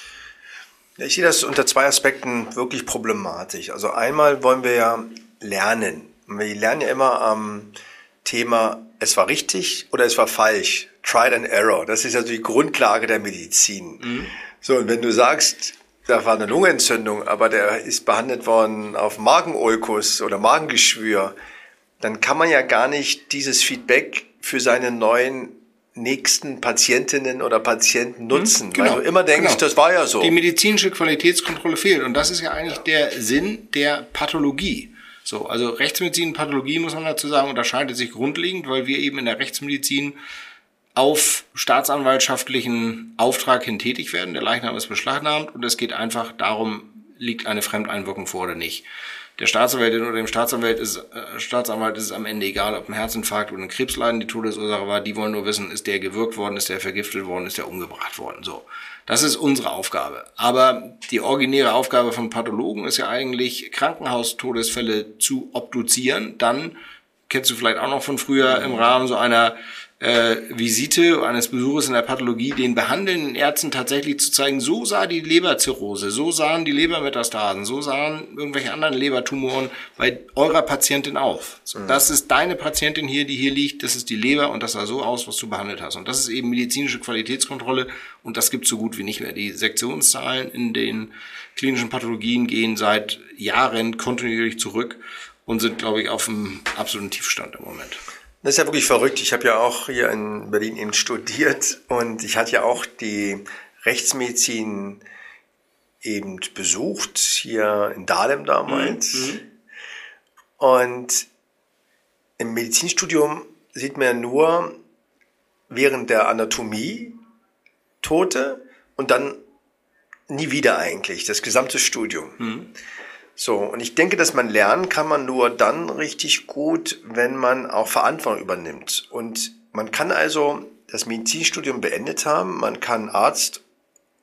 Ich sehe das unter zwei Aspekten wirklich problematisch. Also einmal wollen wir ja lernen. Wir lernen ja immer am Thema, es war richtig oder es war falsch. Trial and Error. Das ist ja so die Grundlage der Medizin. Mhm. So, und wenn du sagst, da war eine Lungenentzündung, aber der ist behandelt worden auf Magenulkus oder Magengeschwür, dann kann man ja gar nicht dieses Feedback für seine neuen nächsten Patientinnen oder Patienten nutzen. Genau, weil du immer denkst, genau. Das war ja so. Die medizinische Qualitätskontrolle fehlt. Und das ist ja eigentlich ja. der Sinn der Pathologie. So, also Rechtsmedizin und Pathologie, muss man dazu sagen, unterscheidet sich grundlegend, weil wir eben in der Rechtsmedizin auf staatsanwaltschaftlichen Auftrag hin tätig werden. Der Leichnam ist beschlagnahmt und es geht einfach darum, liegt eine Fremdeinwirkung vor oder nicht. Der Staatsanwältin oder dem Staatsanwalt ist, äh, Staatsanwalt ist es am Ende egal, ob ein Herzinfarkt oder ein Krebsleiden die Todesursache war. Die wollen nur wissen, ist der gewürgt worden, ist der vergiftet worden, ist der umgebracht worden. So, das ist unsere Aufgabe. Aber die originäre Aufgabe von Pathologen ist ja eigentlich, Krankenhaustodesfälle zu obduzieren. Dann, kennst du vielleicht auch noch von früher, im Rahmen so einer äh, Visite, eines Besuches in der Pathologie, den behandelnden Ärzten tatsächlich zu zeigen, so sah die Leberzirrhose, so sahen die Lebermetastasen, so sahen irgendwelche anderen Lebertumoren bei eurer Patientin auf. So, mhm. Das ist deine Patientin hier, die hier liegt, das ist die Leber und das sah so aus, was du behandelt hast. Und das ist eben medizinische Qualitätskontrolle und das gibt es so gut wie nicht mehr. Die Sektionszahlen in den klinischen Pathologien gehen seit Jahren kontinuierlich zurück und sind, glaube ich, auf einem absoluten Tiefstand im Moment. Das ist ja wirklich verrückt. Ich habe ja auch hier in Berlin eben studiert und ich hatte ja auch die Rechtsmedizin eben besucht, hier in Dahlem damals. Mhm. Und im Medizinstudium sieht man ja nur während der Anatomie Tote und dann nie wieder eigentlich, das gesamte Studium. Mhm. So, und ich denke, dass man lernen kann man nur dann richtig gut, wenn man auch Verantwortung übernimmt. Und man kann also das Medizinstudium beendet haben, man kann Arzt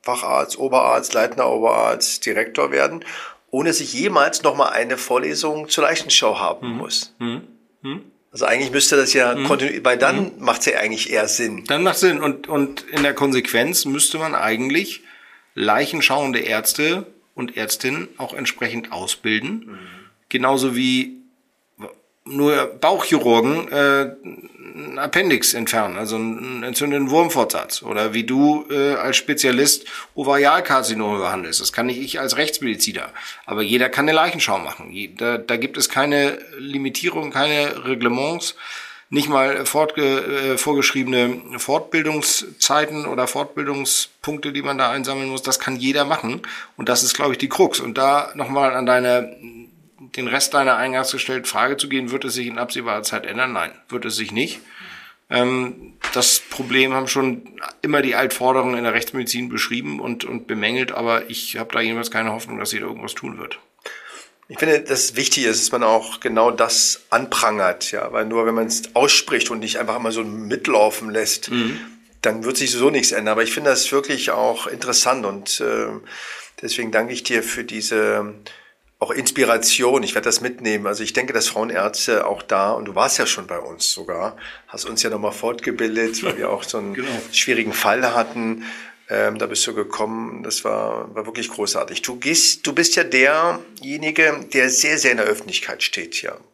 Facharzt, Oberarzt, leitender Oberarzt, Direktor werden, ohne dass ich jemals nochmal eine Vorlesung zur Leichenschau haben mhm. muss. Mhm. Mhm. Also eigentlich müsste das ja mhm. kontinuierlich, weil dann mhm. macht es ja eigentlich eher Sinn. Dann macht es Sinn. Und, und in der Konsequenz müsste man eigentlich leichenschauende Ärzte und Ärztinnen auch entsprechend ausbilden. Mhm. Genauso wie nur Bauchchirurgen äh, einen Appendix entfernen, also einen entzündeten Wurmfortsatz. Oder wie du äh, als Spezialist Ovarialkarzinome behandelst. Das kann nicht ich als Rechtsmediziner. Aber jeder kann eine Leichenschau machen. Da, da gibt es keine Limitierung, keine Reglements, nicht mal fortge, äh, vorgeschriebene Fortbildungszeiten oder Fortbildungspunkte, die man da einsammeln muss. Das kann jeder machen. Und das ist, glaube ich, die Krux. Und da nochmal an deine den Rest deiner eingangs gestellten Frage zu gehen, wird es sich in absehbarer Zeit ändern? Nein, wird es sich nicht. Ähm, das Problem haben schon immer die Altforderungen in der Rechtsmedizin beschrieben und, und bemängelt, aber ich habe da jedenfalls keine Hoffnung, dass sie da irgendwas tun wird. Ich finde, dass wichtig ist, dass man auch genau das anprangert, ja, weil nur wenn man es ausspricht und nicht einfach immer so mitlaufen lässt, mhm. dann wird sich so nichts ändern. Aber ich finde das wirklich auch interessant und äh, deswegen danke ich dir für diese auch Inspiration, ich werde das mitnehmen. Also ich denke, dass Frauenärzte auch da, und du warst ja schon bei uns sogar, hast uns ja nochmal fortgebildet, weil wir auch so einen genau. schwierigen Fall hatten. Ähm, da bist du gekommen, das war, war wirklich großartig. Du gehst, du bist ja derjenige, der sehr, sehr in der Öffentlichkeit steht, ja.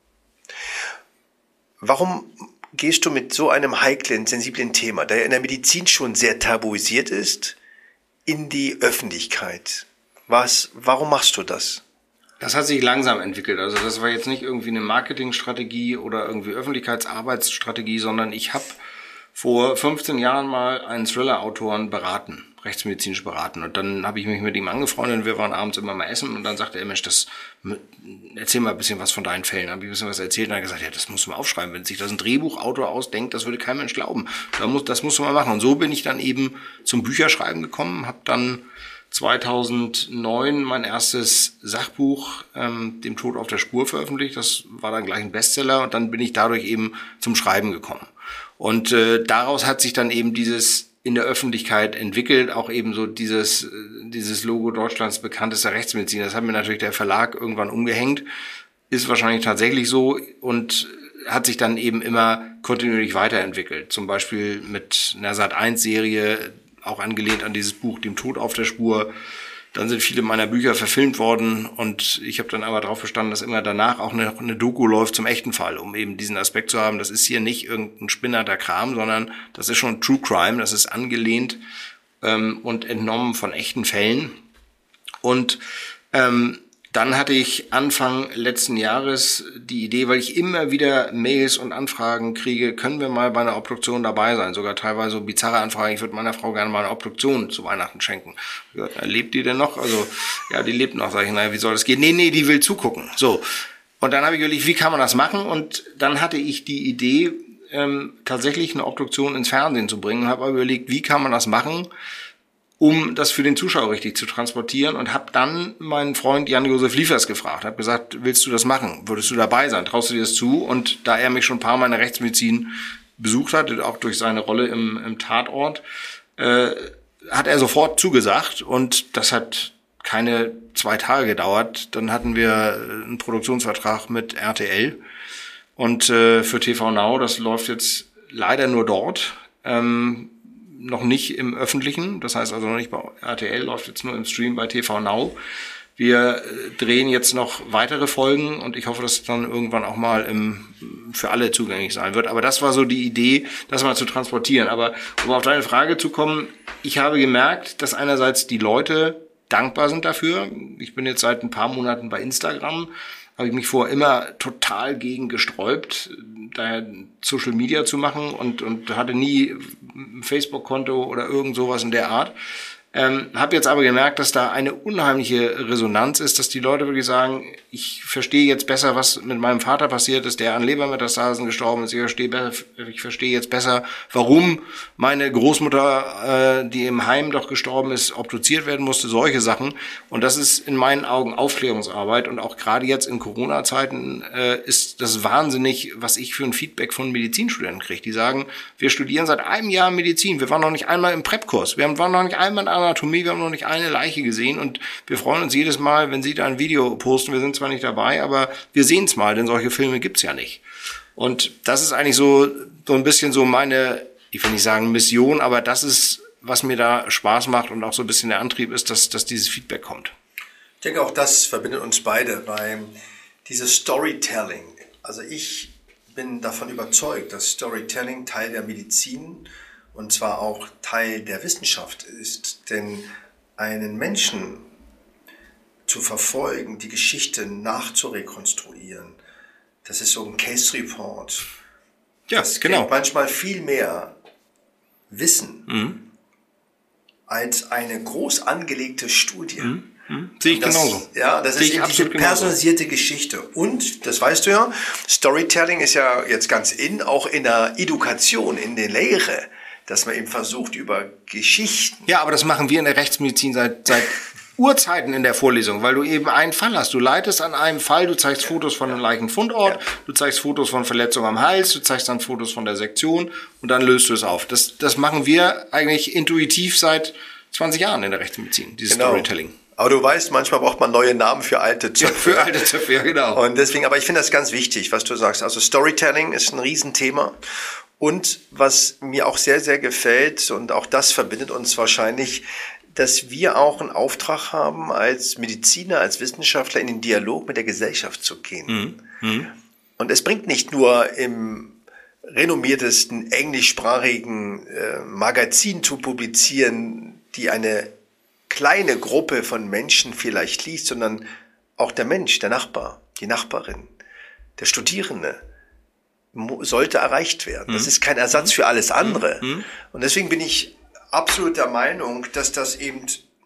Warum gehst du mit so einem heiklen, sensiblen Thema, der in der Medizin schon sehr tabuisiert ist, in die Öffentlichkeit? Was, warum machst du das? Das hat sich langsam entwickelt. Also das war jetzt nicht irgendwie eine Marketingstrategie oder irgendwie Öffentlichkeitsarbeitsstrategie, sondern ich habe vor fünfzehn Jahren mal einen Thriller-Autoren beraten, rechtsmedizinisch beraten. Und dann habe ich mich mit ihm angefreundet und wir waren abends immer mal essen und dann sagte er, Mensch, das, erzähl mal ein bisschen was von deinen Fällen. Dann habe ich ein bisschen was erzählt und dann hat er gesagt, ja, das musst du mal aufschreiben. Wenn sich das ein Drehbuchautor ausdenkt, das würde kein Mensch glauben. Da muss, das musst du mal machen. Und so bin ich dann eben zum Bücherschreiben gekommen, habe dann zweitausendneun mein erstes Sachbuch, ähm, Dem Tod auf der Spur, veröffentlicht. Das war dann gleich ein Bestseller und dann bin ich dadurch eben zum Schreiben gekommen. Und äh, daraus hat sich dann eben dieses in der Öffentlichkeit entwickelt, auch eben so dieses äh, dieses Logo Deutschlands bekanntester Rechtsmedizin. Das hat mir natürlich der Verlag irgendwann umgehängt, ist wahrscheinlich tatsächlich so und hat sich dann eben immer kontinuierlich weiterentwickelt. Zum Beispiel mit einer Sat eins Serie, auch angelehnt an dieses Buch, Dem Tod auf der Spur. Dann sind viele meiner Bücher verfilmt worden und ich habe dann aber darauf bestanden, dass immer danach auch eine, eine Doku läuft zum echten Fall, um eben diesen Aspekt zu haben. Das ist hier nicht irgendein spinnerter Kram, sondern das ist schon True Crime, das ist angelehnt ähm, und entnommen von echten Fällen. Und ähm, dann hatte ich Anfang letzten Jahres die Idee, weil ich immer wieder Mails und Anfragen kriege, können wir mal bei einer Obduktion dabei sein? Sogar teilweise so bizarre Anfragen, ich würde meiner Frau gerne mal eine Obduktion zu Weihnachten schenken. Ich gesagt, lebt die denn noch? Also, ja, die lebt noch. Sag ich, naja, wie soll das gehen? Nee, nee, die will zugucken. So. Und dann habe ich überlegt, wie kann man das machen? Und dann hatte ich die Idee, ähm, tatsächlich eine Obduktion ins Fernsehen zu bringen. Habe aber überlegt, wie kann man das machen, um das für den Zuschauer richtig zu transportieren und habe dann meinen Freund Jan-Josef Liefers gefragt, habe gesagt, willst du das machen? Würdest du dabei sein? Traust du dir das zu? Und da er mich schon ein paar Mal in der Rechtsmedizin besucht hat, auch durch seine Rolle im, im Tatort, äh, hat er sofort zugesagt und das hat keine zwei Tage gedauert. Dann hatten wir einen Produktionsvertrag mit R T L und äh, für T V Now, das läuft jetzt leider nur dort, ähm, noch nicht im Öffentlichen, das heißt also noch nicht bei R T L, läuft jetzt nur im Stream bei T V Now. Wir drehen jetzt noch weitere Folgen und ich hoffe, dass es dann irgendwann auch mal im, für alle zugänglich sein wird. Aber das war so die Idee, das mal zu transportieren. Aber um auf deine Frage zu kommen, ich habe gemerkt, dass einerseits die Leute dankbar sind dafür. Ich bin jetzt seit ein paar Monaten bei Instagram, habe ich mich vorher immer total gegen gesträubt, da Social Media zu machen und, und hatte nie ein Facebook-Konto oder irgend sowas in der Art. Ähm, habe jetzt aber gemerkt, dass da eine unheimliche Resonanz ist, dass die Leute wirklich sagen, ich verstehe jetzt besser, was mit meinem Vater passiert ist, der an Lebermetastasen gestorben ist. Ich verstehe, besser, ich verstehe jetzt besser, warum meine Großmutter, äh, die im Heim doch gestorben ist, obduziert werden musste, solche Sachen. Und das ist in meinen Augen Aufklärungsarbeit. Und auch gerade jetzt in Corona-Zeiten äh, ist das wahnsinnig, was ich für ein Feedback von Medizinstudenten kriege. Die sagen, wir studieren seit einem Jahr Medizin. Wir waren noch nicht einmal im Prep-Kurs. Wir waren noch nicht einmal in Anatomie, wir haben noch nicht eine Leiche gesehen und wir freuen uns jedes Mal, wenn Sie da ein Video posten. Wir sind zwar nicht dabei, aber wir sehen es mal, denn solche Filme gibt's ja nicht. Und das ist eigentlich so, so ein bisschen so meine, ich will nicht sagen Mission, aber das ist, was mir da Spaß macht und auch so ein bisschen der Antrieb ist, dass, dass dieses Feedback kommt. Ich denke, auch das verbindet uns beide, weil dieses Storytelling, also ich bin davon überzeugt, dass Storytelling Teil der Medizin und zwar auch Teil der Wissenschaft ist. Denn einen Menschen zu verfolgen, die Geschichte nachzurekonstruieren, das ist so ein Case Report. Ja, das genau. gibt manchmal viel mehr Wissen Mhm. als eine groß angelegte Studie. Mhm. Mhm. Sehe ich das, genauso. Ja, das Sehe ist ich eben diese absolut genauso. personalisierte Geschichte. Und, das weißt du ja, Storytelling ist ja jetzt ganz in, auch in der Education, in der Lehre, dass man eben versucht, über Geschichten. Ja, aber das machen wir in der Rechtsmedizin seit, seit Urzeiten in der Vorlesung, weil du eben einen Fall hast. Du leitest an einem Fall, du zeigst Fotos von einem Leichenfundort, ja. Du zeigst Fotos von Verletzungen am Hals, du zeigst dann Fotos von der Sektion und dann löst du es auf. Das, das machen wir eigentlich intuitiv seit zwanzig Jahren in der Rechtsmedizin, dieses Genau. Storytelling. Aber du weißt, manchmal braucht man neue Namen für alte Zöpfe. Ja, für alte Zöpfe, ja, genau. Und deswegen, aber ich finde das ganz wichtig, was du sagst. Also Storytelling ist ein Riesenthema. Und was mir auch sehr, sehr gefällt, und auch das verbindet uns wahrscheinlich, dass wir auch einen Auftrag haben, als Mediziner, als Wissenschaftler in den Dialog mit der Gesellschaft zu gehen. Mhm. Mhm. Und es bringt nicht nur im renommiertesten englischsprachigen äh, Magazin zu publizieren, die eine kleine Gruppe von Menschen vielleicht liest, sondern auch der Mensch, der Nachbar, die Nachbarin, der Studierende sollte erreicht werden. Das ist kein Ersatz für alles andere. Und deswegen bin ich absolut der Meinung, dass das eben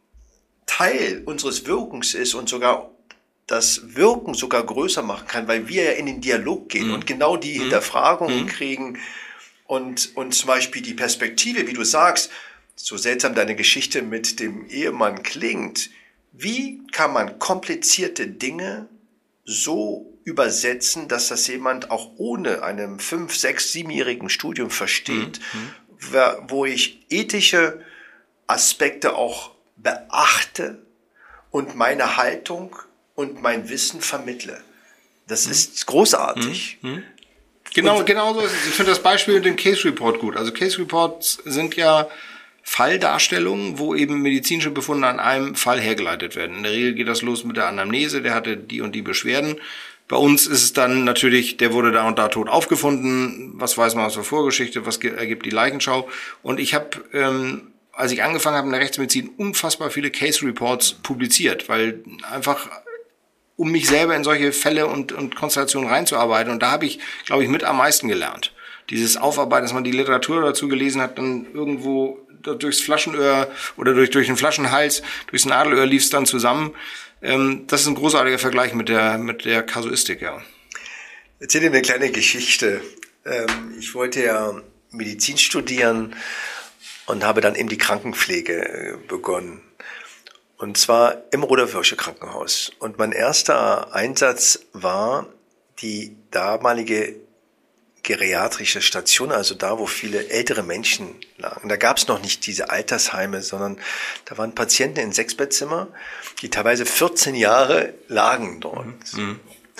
Teil unseres Wirkens ist und sogar das Wirken sogar größer machen kann, weil wir ja in den Dialog gehen und genau die Hinterfragungen kriegen und, und zum Beispiel die Perspektive, wie du sagst, so seltsam deine Geschichte mit dem Ehemann klingt, wie kann man komplizierte Dinge so übersetzen, dass das jemand auch ohne einem fünf-, sechs-, siebenjährigen Studium versteht, mhm. wo ich ethische Aspekte auch beachte und meine Haltung und mein Wissen vermittle. Das mhm. ist großartig. Mhm. Genau, und, genau so ist es. Ich finde das Beispiel mit dem Case Report gut. Also Case Reports sind ja Falldarstellungen, wo eben medizinische Befunde an einem Fall hergeleitet werden. In der Regel geht das los mit der Anamnese, der hatte die und die Beschwerden. Bei uns ist es dann natürlich, der wurde da und da tot aufgefunden, was weiß man aus der Vorgeschichte, was ergibt die Leichenschau. Und ich habe, ähm, als ich angefangen habe in der Rechtsmedizin, unfassbar viele Case Reports publiziert, weil einfach um mich selber in solche Fälle und, und Konstellationen reinzuarbeiten. Und da habe ich, glaube ich, mit am meisten gelernt. Dieses Aufarbeiten, dass man die Literatur dazu gelesen hat, dann irgendwo durchs Flaschenöhr oder durch, durch den Flaschenhals, durchs Nadelöhr lief es dann zusammen. Ähm, das ist ein großartiger Vergleich mit der, mit der Kasuistik, ja. Erzähl dir eine kleine Geschichte. Ähm, ich wollte ja Medizin studieren und habe dann eben die Krankenpflege begonnen. Und zwar im Roder-Wörsche Krankenhaus. Und mein erster Einsatz war die damalige geriatrische Station, also da, wo viele ältere Menschen lagen. Da gab es noch nicht diese Altersheime, sondern da waren Patienten in Sechsbettzimmer, die teilweise vierzehn Jahre lagen dort. Mhm.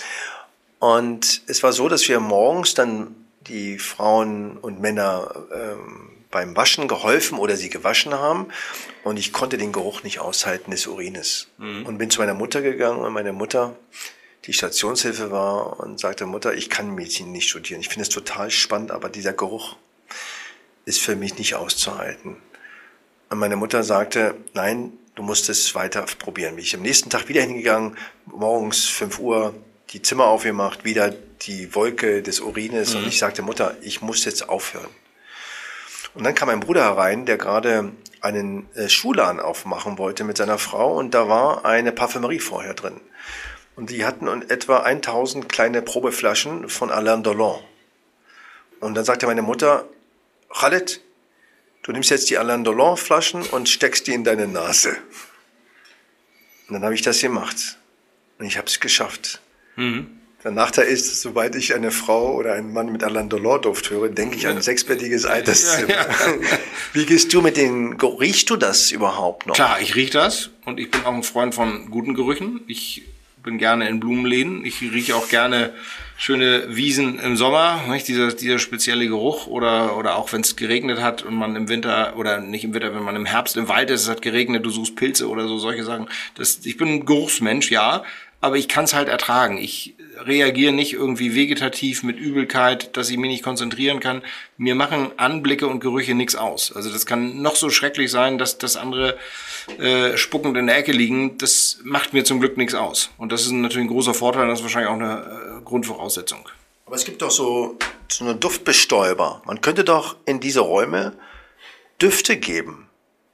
Und es war so, dass wir morgens dann die Frauen und Männer ähm, beim Waschen geholfen oder sie gewaschen haben und ich konnte den Geruch nicht aushalten des Urines. Mhm. Und bin zu meiner Mutter gegangen und meine Mutter, die Stationshilfe war, und sagte, Mutter, ich kann Medizin nicht studieren. Ich finde es total spannend, aber dieser Geruch ist für mich nicht auszuhalten. Und meine Mutter sagte, nein, du musst es weiter probieren. Bin ich am nächsten Tag wieder hingegangen, morgens fünf Uhr, die Zimmer aufgemacht, wieder die Wolke des Urines. Mhm. Und ich sagte, Mutter, ich muss jetzt aufhören. Und dann kam mein Bruder herein, der gerade einen äh, Schuhladen aufmachen wollte mit seiner Frau. Und da war eine Parfümerie vorher drin. Und die hatten etwa tausend kleine Probeflaschen von Alain Delon. Und dann sagte meine Mutter, Khaled, du nimmst jetzt die Alain Delon Flaschen und steckst die in deine Nase. Und dann habe ich das gemacht. Und ich habe es geschafft. Mhm. Der Nachteil ist, sobald ich eine Frau oder einen Mann mit Alain Delon-Duft höre, denke ich an ein sechsbettiges Alterszimmer. Ja, ja. Wie gehst du mit den, riechst du das überhaupt noch? Klar, ich rieche das und ich bin auch ein Freund von guten Gerüchen. Ich bin gerne in Blumenläden. Ich rieche auch gerne schöne Wiesen im Sommer, nicht? Dieser, dieser spezielle Geruch oder, oder auch wenn es geregnet hat und man im Winter oder nicht im Winter, wenn man im Herbst im Wald ist, es hat geregnet, du suchst Pilze oder so, solche Sachen. Das, ich bin ein Geruchsmensch, ja. Aber ich kann es halt ertragen. Ich reagiere nicht irgendwie vegetativ mit Übelkeit, dass ich mich nicht konzentrieren kann. Mir machen Anblicke und Gerüche nichts aus. Also das kann noch so schrecklich sein, dass das andere äh, spuckend in der Ecke liegen. Das macht mir zum Glück nichts aus. Und das ist natürlich ein großer Vorteil. Das ist wahrscheinlich auch eine äh, Grundvoraussetzung. Aber es gibt doch so, so eine Duftbestäuber. Man könnte doch in diese Räume Düfte geben.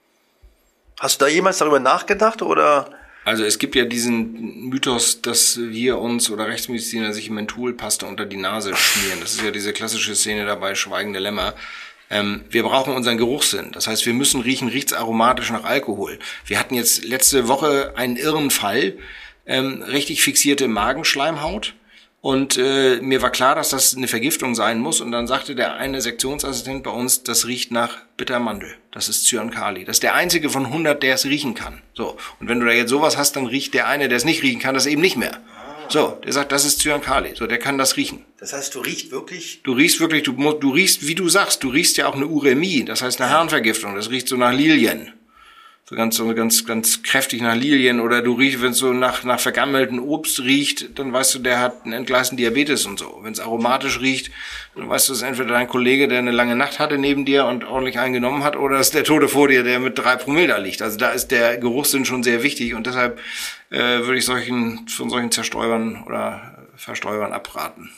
Hast du da jemals darüber nachgedacht oder... Also es gibt ja diesen Mythos, dass wir uns oder Rechtsmediziner sich Mentholpaste unter die Nase schmieren. Das ist ja diese klassische Szene dabei, Schweigende Lämmer. Ähm, wir brauchen unseren Geruchssinn. Das heißt, wir müssen riechen, riecht's aromatisch nach Alkohol. Wir hatten jetzt letzte Woche einen irren Fall, ähm, richtig fixierte Magenschleimhaut. Und äh, mir war klar, dass das eine Vergiftung sein muss. Und dann sagte der eine Sektionsassistent bei uns, das riecht nach Bittermandel. Das ist Cyankali. Das ist der einzige von hundert, der es riechen kann. So. Und wenn du da jetzt sowas hast, dann riecht der eine, der es nicht riechen kann, das eben nicht mehr. So, der sagt, das ist Cyankali. So, der kann das riechen. Das heißt, du riechst wirklich? Du riechst wirklich, du, du riechst, wie du sagst, du riechst ja auch eine Uremie. Das heißt eine Harnvergiftung. Das riecht so nach Lilien. So ganz, so ganz, ganz kräftig nach Lilien oder du riechst, wenn es so nach, nach vergammelten Obst riecht, dann weißt du, der hat einen entgleisten Diabetes und so. Wenn es aromatisch riecht, dann weißt du, es ist entweder dein Kollege, der eine lange Nacht hatte neben dir und ordentlich eingenommen hat, oder es ist der Tote vor dir, der mit drei Promille da liegt. Also da ist der Geruchssinn schon sehr wichtig und deshalb äh, würde ich solchen, von solchen Zerstäubern oder Verstäubern abraten.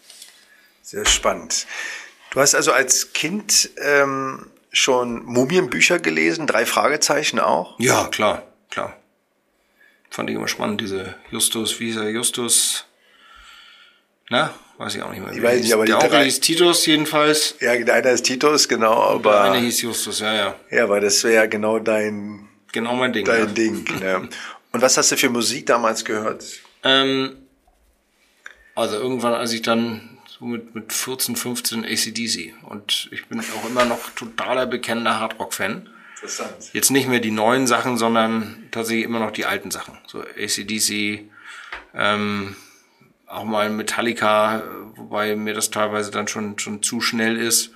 Sehr spannend. Du hast also als Kind, ähm schon Mumienbücher gelesen? Drei Fragezeichen auch? Ja, klar, klar. Fand ich immer spannend, diese Justus, wie hieß er, Justus, na, weiß ich auch nicht mehr. Ich weiß nicht, aber der die Onkel drei... hieß Titus jedenfalls. Ja, der eine ist Titus, genau, aber... Der eine hieß Justus, ja, ja. Ja, weil das wäre ja genau dein... Genau mein Ding. Dein ja. Ding, ja. Und was hast du für Musik damals gehört? Ähm, also irgendwann, als ich dann... Mit, mit vierzehn, fünfzehn A C D C. Und ich bin auch immer noch totaler bekennender Hardrock-Fan. Interessant. Jetzt nicht mehr die neuen Sachen, sondern tatsächlich immer noch die alten Sachen. So A C D C, ähm, auch mal Metallica, wobei mir das teilweise dann schon, schon zu schnell ist.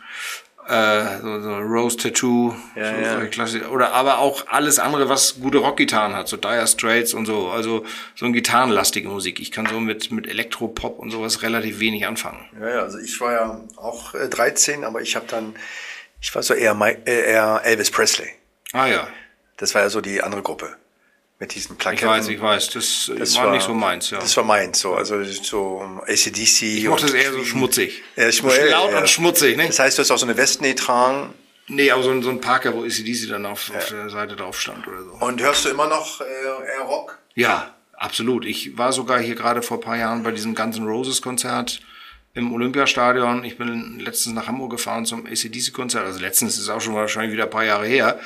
Äh, so, so Rose Tattoo, ja, so, ja. solche Klasse, oder aber auch alles andere, was gute Rockgitarren hat, so Dire Straits und so, also so eine gitarrenlastige Musik. Ich kann so mit mit Elektropop und sowas relativ wenig anfangen. Ja, ja, also ich war ja auch äh, dreizehn, aber ich habe dann, ich war so eher, My, äh, eher Elvis Presley. Ah ja. Das war ja so die andere Gruppe. Mit diesen Plakaten. Ich weiß, ich weiß. Das, das war, war nicht so meins, ja. Das war meins, so. Also so A C D C. Ich mochte das eher so schmutzig. Ja, schmutzig. Laut ja. und schmutzig, ne? Das heißt, du hast auch so eine Weste getragen. Nee, aber so ein, so ein Parker, wo A C D C dann auf, ja. auf der Seite drauf stand oder so. Und hörst du immer noch äh, eher Rock? Ja, absolut. Ich war sogar hier gerade vor ein paar Jahren bei diesem Guns N' Roses Konzert im Olympiastadion. Ich bin letztens nach Hamburg gefahren zum A C D C Konzert. Also letztens ist auch schon wahrscheinlich wieder ein paar Jahre her.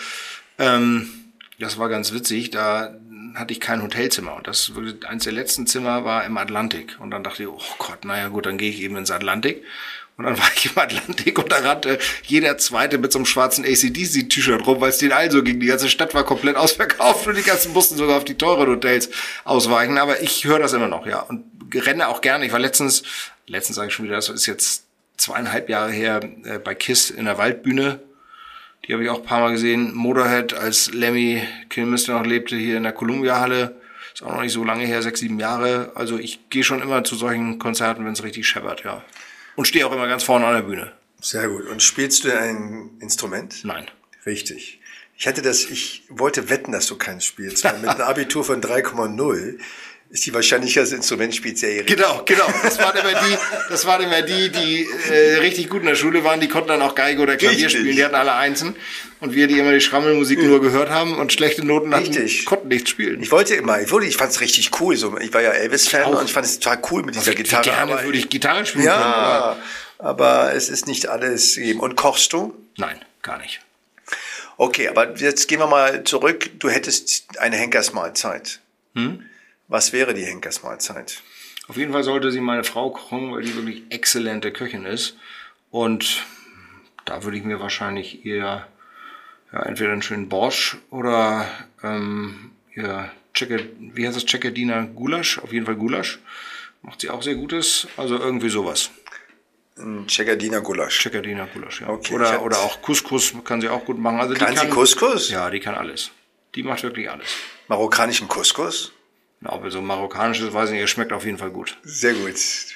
Ähm, das war ganz witzig. Da hatte ich kein Hotelzimmer und das eins der letzten Zimmer war im Atlantik und dann dachte ich, oh Gott, naja gut, dann gehe ich eben ins Atlantik und dann war ich im Atlantik und da rannte jeder Zweite mit so einem schwarzen A C D C-T-Shirt rum, weil es denen allen so ging. Die ganze Stadt war komplett ausverkauft und die ganzen mussten sogar auf die teuren Hotels ausweichen, aber ich höre das immer noch, ja, und renne auch gerne. Ich war letztens, letztens sage ich schon wieder, das ist jetzt zweieinhalb Jahre her, äh, bei KISS in der Waldbühne. Die habe ich auch ein paar Mal gesehen. Motorhead, als Lemmy Kilmister noch lebte, hier in der Columbia-Halle. Ist auch noch nicht so lange her, sechs, sieben Jahre. Also ich gehe schon immer zu solchen Konzerten, wenn es richtig scheppert, ja. Und stehe auch immer ganz vorne an der Bühne. Sehr gut. Und spielst du ein Instrument? Nein. Richtig. Ich hatte das, ich wollte wetten, dass du keins spielst. Weil mit einem Abitur von drei Komma null ist die Wahrscheinlichkeit, dass das Instrument spielt, sehr gering. Genau, genau. Das waren immer die, das waren immer die, die äh, richtig gut in der Schule waren. Die konnten dann auch Geige oder Klavier richtig spielen. Die hatten alle Einsen. Und wir, die immer die Schrammelmusik nur gehört haben und schlechte Noten hatten, richtig. Konnten nichts spielen. Ich wollte immer, ich, wollte, ich fand es richtig cool. So, ich war ja Elvis-Fan und ich fand es total cool mit dieser also, Gitarre. Gerne aber würde ich Gitarre spielen ja, können. Ja, aber es ist nicht alles gegeben. Und kochst du? Nein, gar nicht. Okay, aber jetzt gehen wir mal zurück. Du hättest eine Henkersmahlzeit. Hm? Was wäre die Henkersmahlzeit? Auf jeden Fall sollte sie meine Frau kochen, weil die wirklich exzellente Köchin ist. Und da würde ich mir wahrscheinlich eher ja, entweder einen schönen Borsch oder ähm, ja, Cecca, wie heißt das, Ceccadina Gulasch, auf jeden Fall Gulasch. Macht sie auch sehr Gutes, also irgendwie sowas. Ein Ceccadina Gulasch. Ceccadina Gulasch, ja. Okay, oder, oder auch Couscous kann sie auch gut machen. Also kann, die kann sie Couscous? Ja, die kann alles. Die macht wirklich alles. Marokkanischen Couscous? Ja, aber so marokkanisches, weiß ich nicht, es schmeckt auf jeden Fall gut. Sehr gut.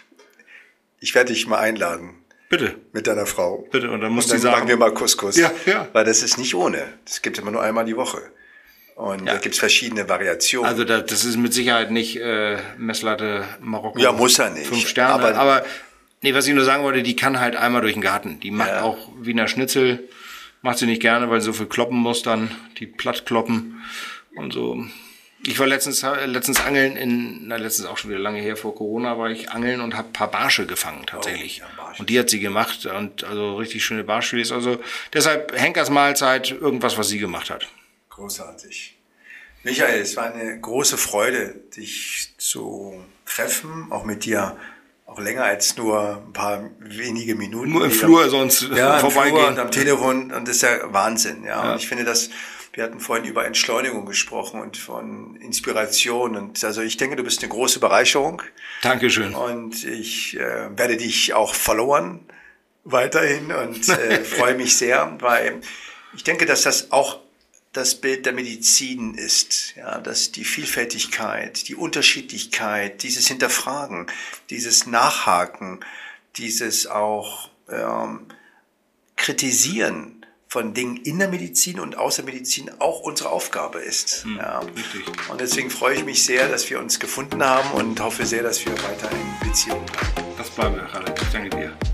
Ich werde dich mal einladen. Bitte. Mit deiner Frau. Bitte, und dann muss und dann sie sagen. machen wir mal Couscous. Ja, ja. Weil das ist nicht ohne. Das gibt es immer nur einmal die Woche. Und ja. Da gibt es verschiedene Variationen. Also da, das ist mit Sicherheit nicht äh, Messlatte Marokko. Ja, muss er nicht. Fünf Sterne. Aber, aber nee, was ich nur sagen wollte, die kann halt einmal durch den Garten. Die macht ja. auch Wiener Schnitzel. Macht sie nicht gerne, weil sie so viel kloppen muss dann. Die platt kloppen und so. Ich war letztens letztens angeln in, na letztens auch schon wieder lange her, vor Corona war ich angeln und habe ein paar Barsche gefangen tatsächlich. Oh, ja, Barsche. Und die hat sie gemacht und also richtig schöne Barschfilets. Also deshalb Henkers Mahlzeit, irgendwas, was sie gemacht hat. Großartig. Michael, es war eine große Freude, dich zu treffen, auch mit dir, auch länger als nur ein paar wenige Minuten. Nur im Flur sonst ja, vorbeigehen. Im Flur und am Telefon, und das ist ja Wahnsinn. Ja. ja. Und ich finde, dass wir hatten vorhin über Entschleunigung gesprochen und von Inspiration, und also ich denke, du bist eine große Bereicherung. Dankeschön. Und ich äh, werde dich auch followern weiterhin und äh, freue mich sehr, weil ich denke, dass das auch das Bild der Medizin ist, ja, dass die Vielfältigkeit, die Unterschiedlichkeit, dieses Hinterfragen, dieses Nachhaken, dieses auch ähm, Kritisieren von Dingen in der Medizin und außer Medizin auch unsere Aufgabe ist. Hm, ja. Richtig. Und deswegen freue ich mich sehr, dass wir uns gefunden haben und hoffe sehr, dass wir weiter in Beziehung bleiben. Das bleiben wir, Khaled. Ich danke dir.